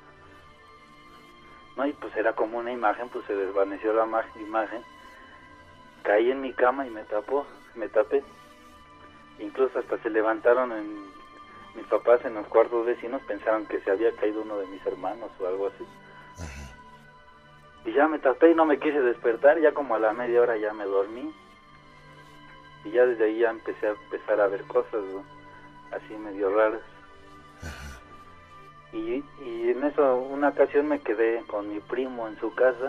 B: No, y pues era como una imagen, pues se desvaneció la ma- imagen. Caí en mi cama y me tapó, me tapé. Incluso hasta se levantaron en, mis papás en los cuartos vecinos, pensaron que se había caído uno de mis hermanos o algo así.
A: Ajá.
B: Y ya me tapé y no me quise despertar, ya como a la media hora ya me dormí. Y ya desde ahí ya empecé a empezar a ver cosas, ¿no? Así medio raras.
A: Ajá.
B: Y, y en eso, una ocasión me quedé con mi primo en su casa,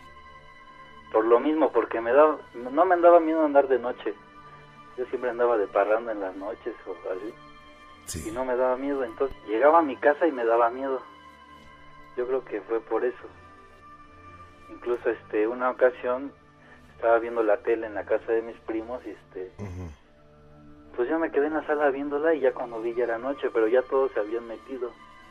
B: por lo mismo, porque me daba, no me andaba miedo andar de noche. Yo siempre andaba de parranda en las noches o así.
A: Sí.
B: Y no me daba miedo, entonces llegaba a mi casa y me daba miedo. Yo creo que fue por eso. Incluso este una ocasión estaba viendo la tele en la casa de mis primos y este
A: Uh-huh.
B: pues yo me quedé en la sala viéndola y ya cuando vi ya era noche, pero ya todos se habían metido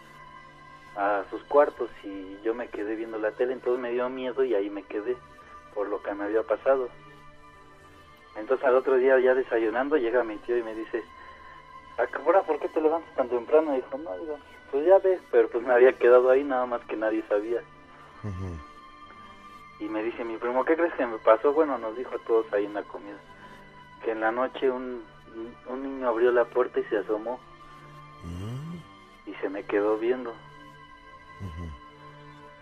B: a sus cuartos y yo me quedé viendo la tele, entonces me dio miedo y ahí me quedé por lo que me había pasado. Entonces al otro día ya desayunando llega mi tío y me dice, ahora ¿por qué te levantas tan temprano? Y dijo, no, digo, pues ya ves, pero pues me había quedado ahí, nada más que nadie sabía.
A: Uh-huh.
B: Y me dice mi primo, ¿qué crees que me pasó? Bueno, nos dijo a todos ahí en la comida, que en la noche un, un niño abrió la puerta y se asomó
A: Uh-huh.
B: y se me quedó viendo.
A: Uh-huh.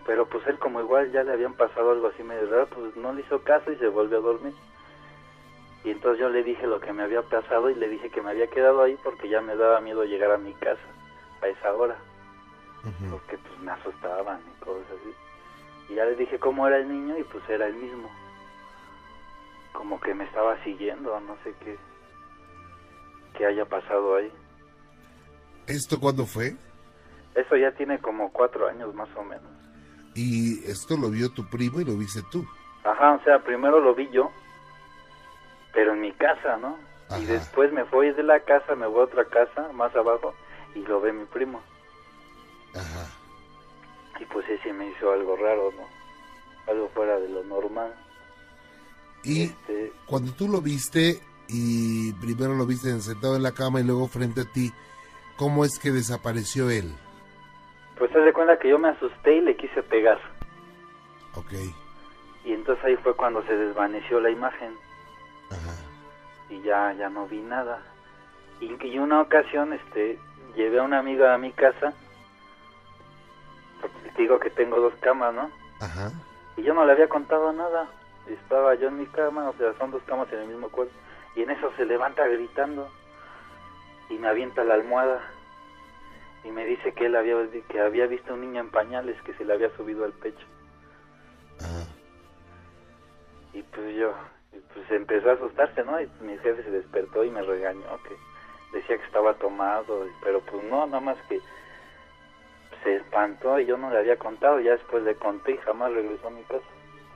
B: Pero pues él como igual ya le habían pasado algo así medio raro, pues no le hizo caso y se volvió a dormir. Y entonces yo le dije lo que me había pasado y le dije que me había quedado ahí porque ya me daba miedo llegar a mi casa a esa hora. Uh-huh. Porque pues me asustaban y cosas así. Y ya le dije cómo era el niño y pues era el mismo. Como que me estaba siguiendo, no sé qué, qué haya pasado ahí.
A: ¿Esto cuándo fue?
B: Eso ya tiene como cuatro años más o menos.
A: ¿Y esto lo vio tu primo y lo viste tú?
B: Ajá, o sea, primero lo vi yo, pero en mi casa, ¿no? Ajá. Y después me fui de la casa, me voy a otra casa, más abajo, y lo ve mi primo.
A: Ajá.
B: Y pues ese me hizo algo raro, ¿no? Algo fuera de lo normal.
A: Y este... cuando tú lo viste, y primero lo viste sentado en la cama y luego frente a ti, ¿cómo es que desapareció él?
B: Pues se da cuenta que yo me asusté y le quise pegar.
A: Ok.
B: Y entonces ahí fue cuando se desvaneció la imagen.
A: Ajá.
B: Y ya ya no vi nada. Y, y una ocasión este llevé a una amiga a mi casa, porque te digo que tengo dos camas, ¿no?
A: Ajá.
B: Y yo no le había contado nada. Estaba yo en mi cama, o sea, son dos camas en el mismo cuarto. Y en eso se levanta gritando y me avienta la almohada. Y me dice que él había que había visto a un niño en pañales que se le había subido al pecho.
A: Ajá.
B: Y pues yo, pues empezó a asustarse, ¿no? Y mi jefe se despertó y me regañó, que decía que estaba tomado, pero pues no, nada más que se espantó y yo no le había contado. Ya después le conté y jamás regresó a mi casa.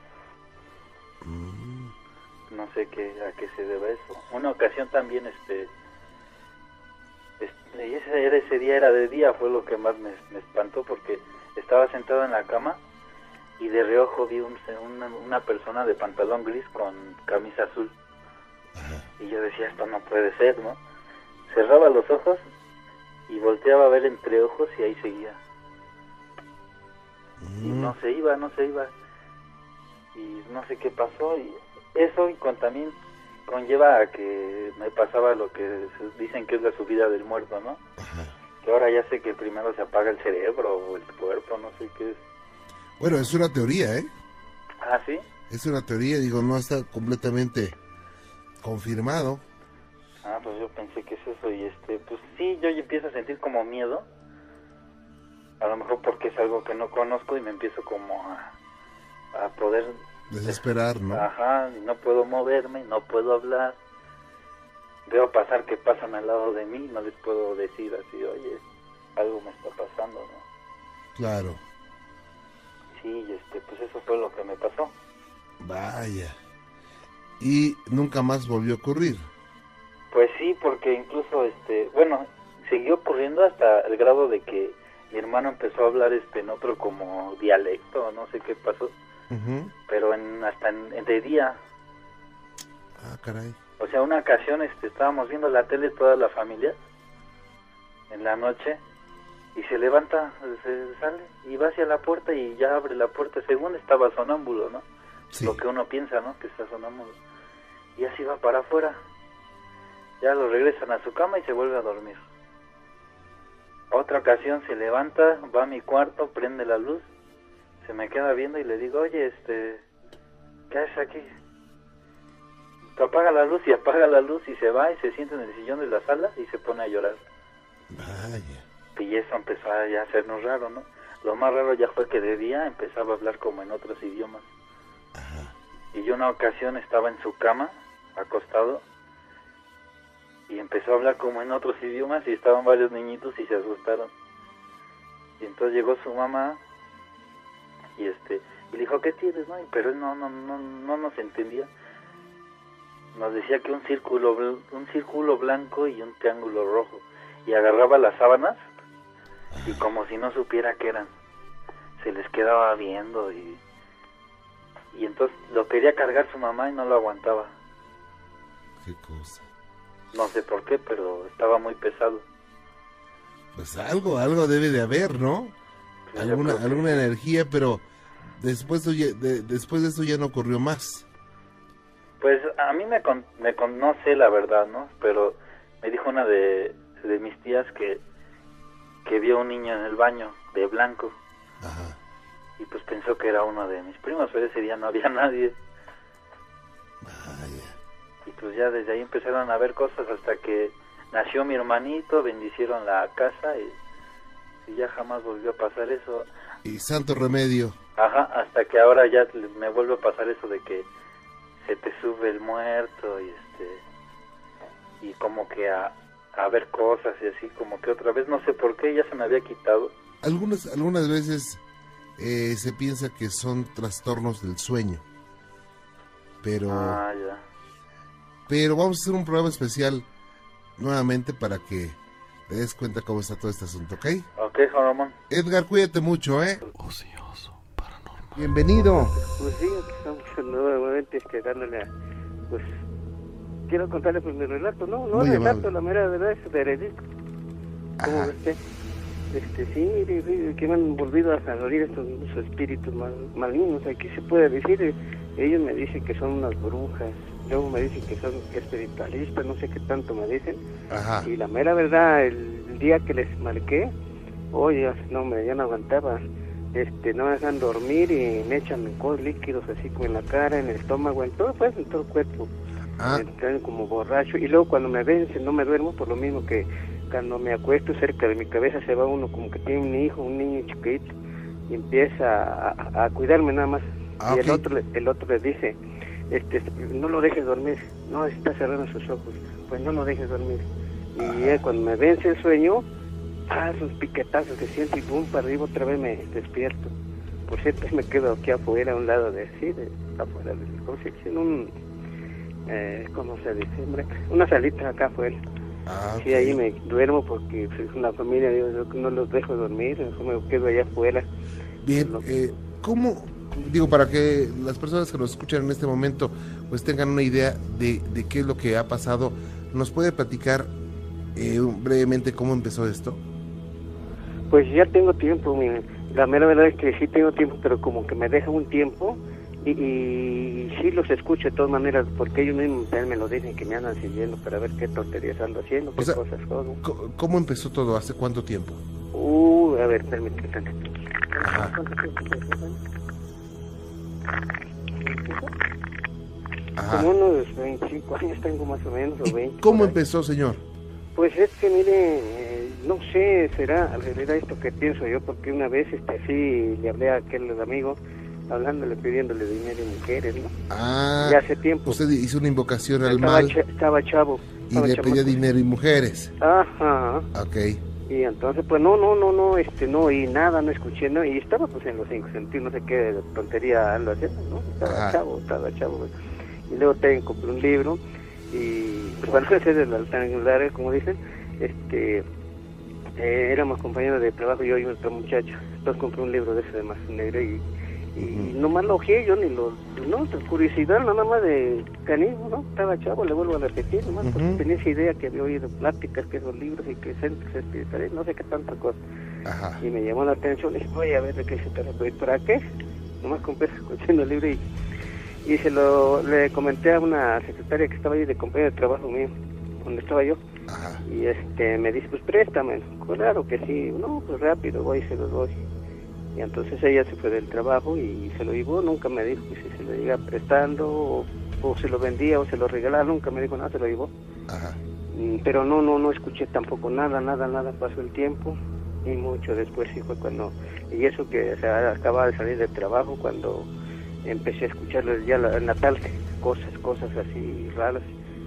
A: Mm.
B: No sé qué, a qué se debe eso. Una ocasión también, este... Y ese, era ese día era de día, fue lo que más me, me espantó, porque estaba sentado en la cama y de reojo vi un, una, una persona de pantalón gris con camisa azul.
A: Ajá.
B: Y yo decía, esto no puede ser, ¿no? Cerraba los ojos y volteaba a ver entre ojos y ahí seguía. Mm. Y no se iba, no se iba. Y no sé qué pasó, y eso y con también conlleva a que me pasaba lo que dicen que es la subida del muerto, ¿no?
A: Ajá.
B: Que ahora ya sé que primero se apaga el cerebro o el cuerpo, no sé qué es.
A: Bueno, es una teoría, ¿eh?
B: ¿Ah, sí?
A: Es una teoría, digo, no está completamente confirmado.
B: Ah, pues yo pensé que es eso, y este, pues sí, yo empiezo a sentir como miedo, a lo mejor porque es algo que no conozco y me empiezo como a, a poder...
A: desesperar, ¿no?
B: Ajá, y no puedo moverme, no puedo hablar. Veo pasar que pasan al lado de mí, no les puedo decir así, oye, algo me está pasando, ¿no?
A: Claro.
B: Sí, este, pues eso fue lo que me pasó.
A: Vaya. ¿Y nunca más volvió a ocurrir?
B: Pues sí, porque incluso, este, bueno, siguió ocurriendo hasta el grado de que mi hermano empezó a hablar este en otro como dialecto, no sé qué pasó.
A: Uh-huh.
B: Pero en, hasta en, en de día.
A: Ah, caray.
B: O sea, una ocasión este, estábamos viendo la tele toda la familia en la noche y se levanta, se sale y va hacia la puerta y ya abre la puerta, según estaba sonámbulo, ¿no?
A: Sí.
B: Lo que uno piensa, ¿no? Que está sonámbulo. Y así va para afuera. Ya lo regresan a su cama y se vuelve a dormir. Otra ocasión se levanta, va a mi cuarto, prende la luz, se me queda viendo y le digo, oye, este, ¿qué haces aquí? Apaga la luz y apaga la luz y se va y se sienta en el sillón de la sala y se pone a llorar.
A: Vaya.
B: Y eso empezó a ya hacernos raro, ¿no? Lo más raro ya fue que de día empezaba a hablar como en otros idiomas.
A: Ajá.
B: Y yo una ocasión estaba en su cama, acostado, y empezó a hablar como en otros idiomas y estaban varios niñitos y se asustaron. Y entonces llegó su mamá y este y le dijo, ¿qué tienes, no? Pero él no no no no nos entendía. Nos decía que un círculo un círculo blanco y un triángulo rojo, y agarraba las sábanas y como si no supiera qué eran, se les quedaba viendo y y entonces lo quería cargar su mamá y no lo aguantaba.
A: Qué cosa.
B: No sé por qué, pero estaba muy pesado.
A: Pues algo, algo debe de haber, ¿no?
B: Sí,
A: alguna
B: que...
A: alguna energía, pero después de, de, después de eso ya no ocurrió más.
B: Pues a mí me, con, me con, no sé la verdad, ¿no? Pero me dijo una de, de mis tías que, que vio un niño en el baño de blanco.
A: Ajá.
F: y pues pensó que era uno de mis primos, pero ese día no había nadie.
A: Vaya.
F: Y pues ya desde ahí empezaron a ver cosas hasta que nació mi hermanito, bendicieron la casa y, y ya jamás volvió a pasar eso.
A: Y santo remedio.
F: Ajá, hasta que ahora ya me vuelve a pasar eso de que se te sube el muerto y este y como que a, a ver cosas y así, como que otra vez no sé por qué ya se me había quitado.
A: Algunas, algunas veces eh, se piensa que son trastornos del sueño, pero
F: Ah, ya.
A: pero vamos a hacer un programa especial nuevamente para que te des cuenta cómo está todo este asunto, ¿ok?
F: Ok, Juan Ramón.
A: Edgar, cuídate mucho, ¿eh?
E: Ocioso, paranormal.
A: Bienvenido.
G: Pues sí, aquí estamos nuevamente este, dándole a, pues, quiero contarle pues mi relato, ¿no? No
A: Muy
G: relato,
A: amable.
G: la mera verdad es veredicto. ¿Cómo
A: Ajá.
G: ves usted? Este, sí, mire, mire, que me han volvido a salir estos, estos espíritus mal, malignos, aquí se puede decir, eh, ellos me dicen que son unas brujas, luego me dicen que son espiritualistas, no sé qué tanto me dicen,
A: Ajá.
G: y la mera verdad, el, el día que les marqué, oye, no me, ya no aguantaba, este, no me dejan dormir y me echan cosas líquidos así como en la cara, en el estómago, en todo, pues, en todo el cuerpo,
A: Ah,
G: me traen como borracho, y luego cuando me vencen no me duermo, por lo mismo que cuando me acuesto cerca de mi cabeza se va uno como que tiene un hijo, un niño chiquito, y empieza a, a cuidarme nada más,
A: Ah,
G: y
A: ok.
G: el otro le- el otro le dice, este, no lo dejes dormir, no, está cerrando sus ojos, pues no lo dejes dormir, y ya cuando me vence el sueño, ah, esos piquetazos que siento y boom, para arriba otra vez me despierto. Por cierto, me quedo aquí afuera, a un lado de, sí, de afuera, de, ¿cómo se dice? En un, eh, ¿cómo se dice? Hombre? Una salita acá afuera.
A: ah,
G: Sí,
A: ok.
G: ahí me duermo porque pues, es una familia, yo, yo no los dejo dormir, yo me quedo allá afuera.
A: Bien, eh, ¿cómo, digo, para que las personas que nos escuchan en este momento pues tengan una idea de, de qué es lo que ha pasado, ¿nos puede platicar eh, brevemente cómo empezó esto?
G: Pues ya tengo tiempo, mi, la mera verdad es que sí tengo tiempo, pero como que me deja un tiempo y, y sí los escucho de todas maneras, porque ellos mismos también me lo dicen, que me andan siguiendo para ver qué tonterías ando haciendo, qué
A: O sea,
G: cosas, cosas.
A: Co- ¿Cómo empezó todo? ¿Hace cuánto tiempo?
G: Uh, a ver, permíteme tantito.
A: Ajá.
G: ¿Cuánto tiempo tengo?
A: Ajá.
G: Como unos veinticinco años tengo más o menos, o
A: ¿Y
G: veinte.
A: cómo
G: por ahí.
A: empezó, señor?
G: Pues es que mire, eh, no sé, será en realidad esto que pienso yo, porque una vez este así le hablé a aquel amigo, hablándole, pidiéndole dinero y mujeres, ¿no?
A: Ah,
G: Ya hace tiempo.
A: usted hizo una invocación al
G: estaba,
A: mal
G: cha- estaba chavo.
A: y
G: estaba
A: le
G: chamaco.
A: pedía dinero y mujeres.
G: Ajá.
A: Ok.
G: Y entonces, pues no, no, no, no, este, no oí nada, no escuché, no, y estaba pues en los cinco sentidos, no sé qué tontería ando haciendo, ¿no? Estaba
A: Ajá.
G: chavo, estaba chavo. Pues. Y luego te compré un libro, y pues para no hacer el rectangular, como dicen, este, eh, éramos compañeros de trabajo, yo y otro muchacho, entonces compré un libro de ese de más negro y, y
A: Ujú.
G: nomás lo ojeé yo, ni lo, no, por curiosidad, nada más de canismo, ¿no? Estaba chavo, le vuelvo a repetir, nomás porque
A: Ujú.
G: tenía esa idea que había oído pláticas, que esos libros y que centros espirituales, no sé qué tanta cosa.
A: Ajá.
G: Y me llamó la atención, y dije, voy a ver de qué se trata. ¿Y para qué? Nomás compré escuchando el libro y, y se lo le comenté a una secretaria que estaba ahí de compañero de trabajo mío, donde estaba yo.
A: Ajá.
G: Y este me dice, pues préstame. Claro que sí. No, pues rápido, voy y se lo doy. Y entonces ella se fue del trabajo y se lo llevó. Nunca me dijo si se lo iba prestando o, o se lo vendía o se lo regalaba. Nunca me dijo nada, se lo llevó.
A: Ajá.
G: Mm, Pero no, no, no escuché tampoco nada, nada, nada. Pasó el tiempo y mucho después sí fue cuando... Y eso que o sea, acababa de salir del trabajo cuando empecé a escucharles ya la, en la tarde cosas, cosas así raras.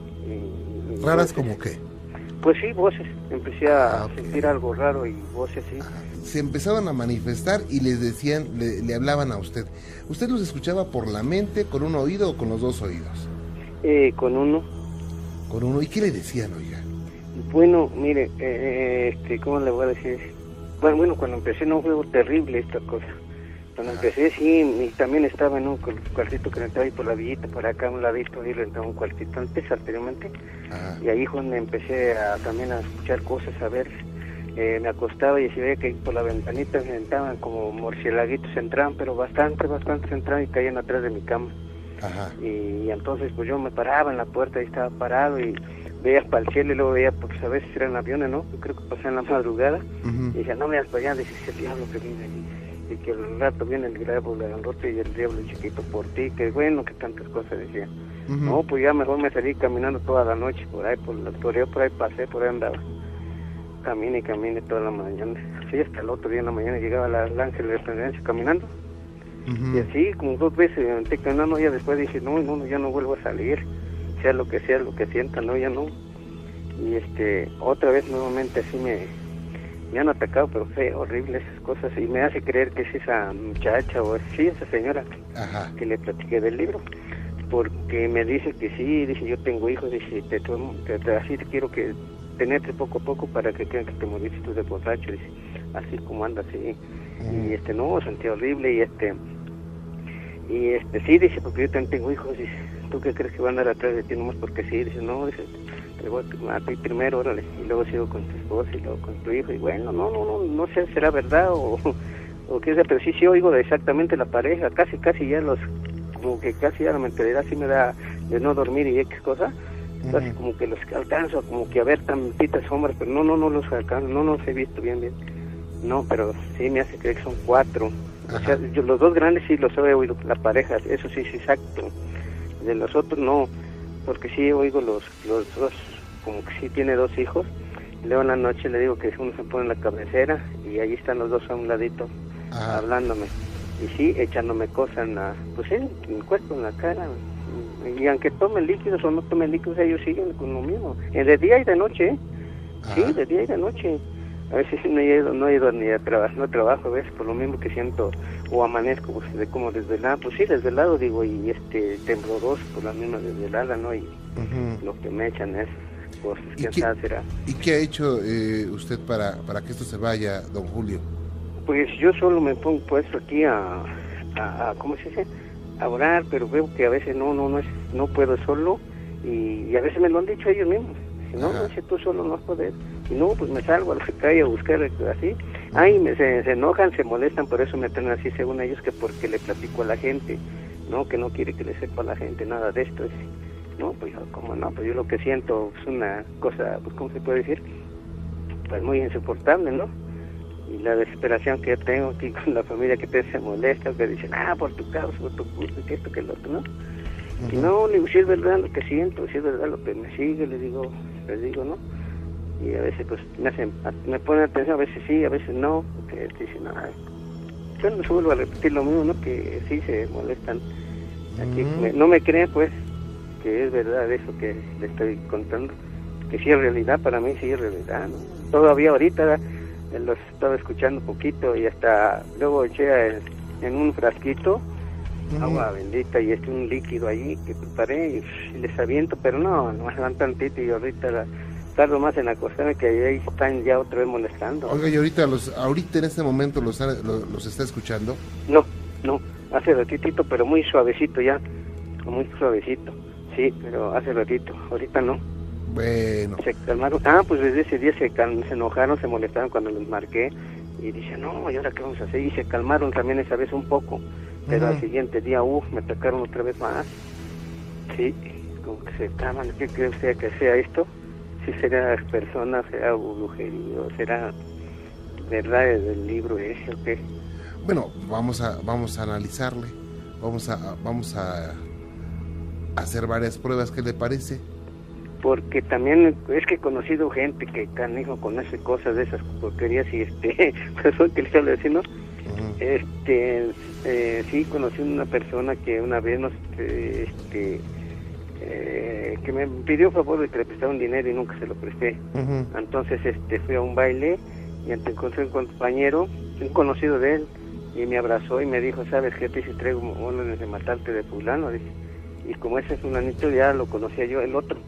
G: Y- y
A: ¿Raras
G: voces.
A: como qué?
G: Pues sí, voces. Empecé a
A: Ah, ok.
G: sentir algo raro y voces así.
A: Se empezaban a manifestar y les decían, le, le hablaban a usted. ¿Usted los escuchaba por la mente, con un oído o con los dos oídos?
G: Eh, con uno.
A: Con uno. ¿Y qué le decían, oiga?
G: Bueno, mire, eh, este, ¿cómo le voy a decir? Bueno, bueno, cuando empecé no fue terrible esta cosa. Cuando empecé sí, y también estaba en un cual- cuartito que entraba ahí por la villita, por acá a un ladito, ahí rentaba un cuartito antes, anteriormente.
A: Ajá.
G: Y ahí fue donde empecé a, también a escuchar cosas, a ver. Eh, me acostaba y se veía que por la ventanita se entraban como murciélaguitos, entraban, pero bastante, bastante entraban y caían atrás de mi cama.
A: Ajá.
G: Y entonces pues yo me paraba en la puerta y estaba parado y veía para el cielo y luego veía, porque a veces eran aviones, ¿no? Yo creo que pasaba en la madrugada
A: Ujú.
G: y decía, no veas para allá, dice, el diablo que viene ahí. y que al rato viene el diablo grandote y el diablo chiquito por ti, que bueno, que tantas cosas decía. Uh-huh. No, pues ya mejor me salí caminando toda la noche por ahí, por la por, por ahí pasé, por ahí andaba. Camine y camine toda la mañana. Sí, hasta el otro día en la mañana llegaba la, el ángel de Independencia caminando. Uh-huh. Y así, como dos veces me metí caminando, ya después dije, no, no, no, ya no vuelvo a salir. Sea lo que sea, lo que sienta, no, ya no. Y este, otra vez nuevamente así me, me han atacado, pero feo, horrible esas cosas. Y me hace creer que es esa muchacha o sí, esa señora. Ajá. Que le platiqué del libro. Porque me dice que sí, dice, yo tengo hijos, dice, te, te, te, así te quiero que tenerte poco a poco para que crean que te moriste tú de borracho, dice, así como andas, sí. Mm. Y este, no, sentía horrible, y este, y este, sí, dice, porque yo también tengo hijos, dice, ¿tú qué crees que van a andar atrás de ti nomás porque sí? Dice, no, dice, te voy a ti primero, órale, y luego sigo con tu esposa y luego con tu hijo, y bueno, no, no, no, no sé, será verdad o, o qué sea, pero sí, sí oigo de exactamente la pareja, casi, casi ya los, como que casi ya la mentalidad sí me da de no dormir y X cosa, casi uh-huh. como que los alcanzo, como que a ver tantitas sombras, pero no, no, no los alcanzo, no, no los he visto bien, bien, no, pero sí me hace creer que son cuatro, uh-huh. o sea, yo, los dos grandes sí los he oído, la pareja, eso sí es exacto, de los otros no, porque sí oigo los, los dos, como que sí tiene dos hijos, y luego en la noche le digo que uno se pone en la cabecera, y ahí están los dos a un ladito, uh-huh. hablándome, y sí, echándome cosas en la, pues sí, en el cuerpo, en la cara, y aunque tomen líquidos o no tomen líquidos, ellos siguen con lo mismo, de día y de noche, ¿eh? Sí, de día y de noche, a veces no he ido, no he ido ni a trabajar, no trabajo a veces por lo mismo que siento, o amanezco, pues, de como desvelado, pues sí, desvelado, digo, y este, tembloroso, por la misma desvelada, ¿no? Y uh-huh. lo que me echan es cosas,
A: ¿Y qué, será? ¿Y qué ha hecho eh, usted para, para que esto se vaya, don Julio?
G: Pues yo solo me pongo puesto aquí a, a, a ¿cómo se dice? A orar, pero veo que a veces no, no, no es, no puedo solo, y, y a veces me lo han dicho ellos mismos, si no, no, si tú solo no vas a poder, y no, pues me salgo a la calle a buscar así, ay, me, se, se enojan, se molestan, por eso me traen así según ellos, que porque le platico a la gente, no, que no quiere que le sepa a la gente nada de esto, es, no, pues yo, como no, pues yo lo que siento es una cosa, pues ¿cómo se puede decir? Pues muy insoportable, ¿no? Y la desesperación que yo tengo aquí con la familia que te se molesta, que dicen, ah, por tu causa, por tu culpa, que esto, que lo otro, ¿no? Uh-huh. Y no, le digo, si es verdad lo que siento, si es verdad lo que me sigue, les digo, les digo, ¿no? Y a veces, pues, me hacen, me ponen atención, a veces sí, a veces no, porque dicen, ah, yo no se vuelvo a repetir lo mismo, ¿no? Que sí se molestan. Aquí, uh-huh. me, no me creen, pues, que es verdad eso que le estoy contando, que sí es realidad, para mí sí es realidad, ¿no? Todavía ahorita los estaba escuchando un poquito y hasta luego eché en, en un frasquito uh-huh. agua bendita y este un líquido ahí que preparé y, y les aviento, pero no, no me dan tantito y ahorita la, tardo más en acostarme que ahí están ya otra vez molestando.
A: Oiga, y ahorita los, ahorita en este momento los, los, los está escuchando.
G: No, no, hace ratitito, pero muy suavecito ya, muy suavecito, sí, pero hace ratito, ahorita no.
A: Bueno.
G: Se calmaron. Ah, pues desde ese día se, cal, se enojaron, se molestaron cuando los marqué. Y dice, no, ¿y ahora qué vamos a hacer? Y se calmaron también esa vez un poco. Pero uh-huh. al siguiente día, uff, me atacaron otra vez más. Sí, como que se calman. ¿Qué cree usted que sea esto? Si será persona, será brujería, será verdad del libro ese o qué.
A: Bueno, vamos a, vamos a analizarle. Vamos a, vamos a hacer varias pruebas. ¿Qué le parece?
G: Porque también es que he conocido gente que canijo conoce cosas de esas porquerías y este, pues soy que le estoy diciendo, uh-huh. este, eh, sí conocí una persona que una vez nos, este, eh, que me pidió favor de que le prestara un dinero y nunca se lo presté, uh-huh. entonces este, fui a un baile y encontré un compañero, un conocido de él, y me abrazó y me dijo, ¿sabes qué? Te hice traigo órdenes de matarte de fulano, dice, y como ese fulanito ya lo conocía yo, el otro,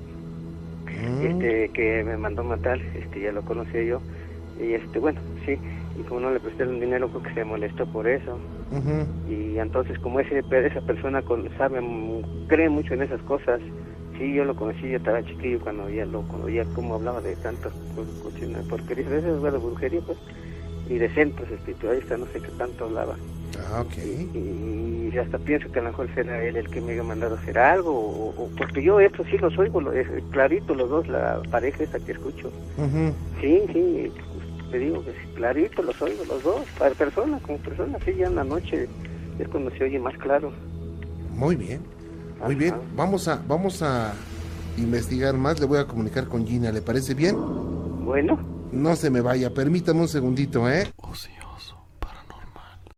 G: este que me mandó matar, este ya lo conocía yo, y este bueno, sí, y como no le presté el dinero creo que se molestó por eso, uh-huh. y entonces como ese esa persona con, sabe, cree mucho en esas cosas, sí, yo lo conocí, yo estaba chiquillo cuando ya lo conocía, como hablaba de tantas porquerías, de esas, bueno, brujería, pues, y de centros espiritualistas, no sé qué tanto hablaba.
A: Ah, okay.
G: Y, y hasta pienso que a lo mejor será él el que me haya mandado a hacer algo, o, o porque yo esto sí los oigo, lo, es clarito los dos, la pareja esa que escucho. Uh-huh. Sí, sí, te digo que sí, clarito los oigo los dos, para persona, como persona, sí, ya en la noche es cuando se oye más claro.
A: Muy bien, muy
G: Ajá.
A: bien. Vamos a, vamos a investigar más. Le voy a comunicar con Gina. ¿Le parece bien?
G: Bueno.
A: No se me vaya. Permítame un segundito, ¿eh?
E: Oh, sí.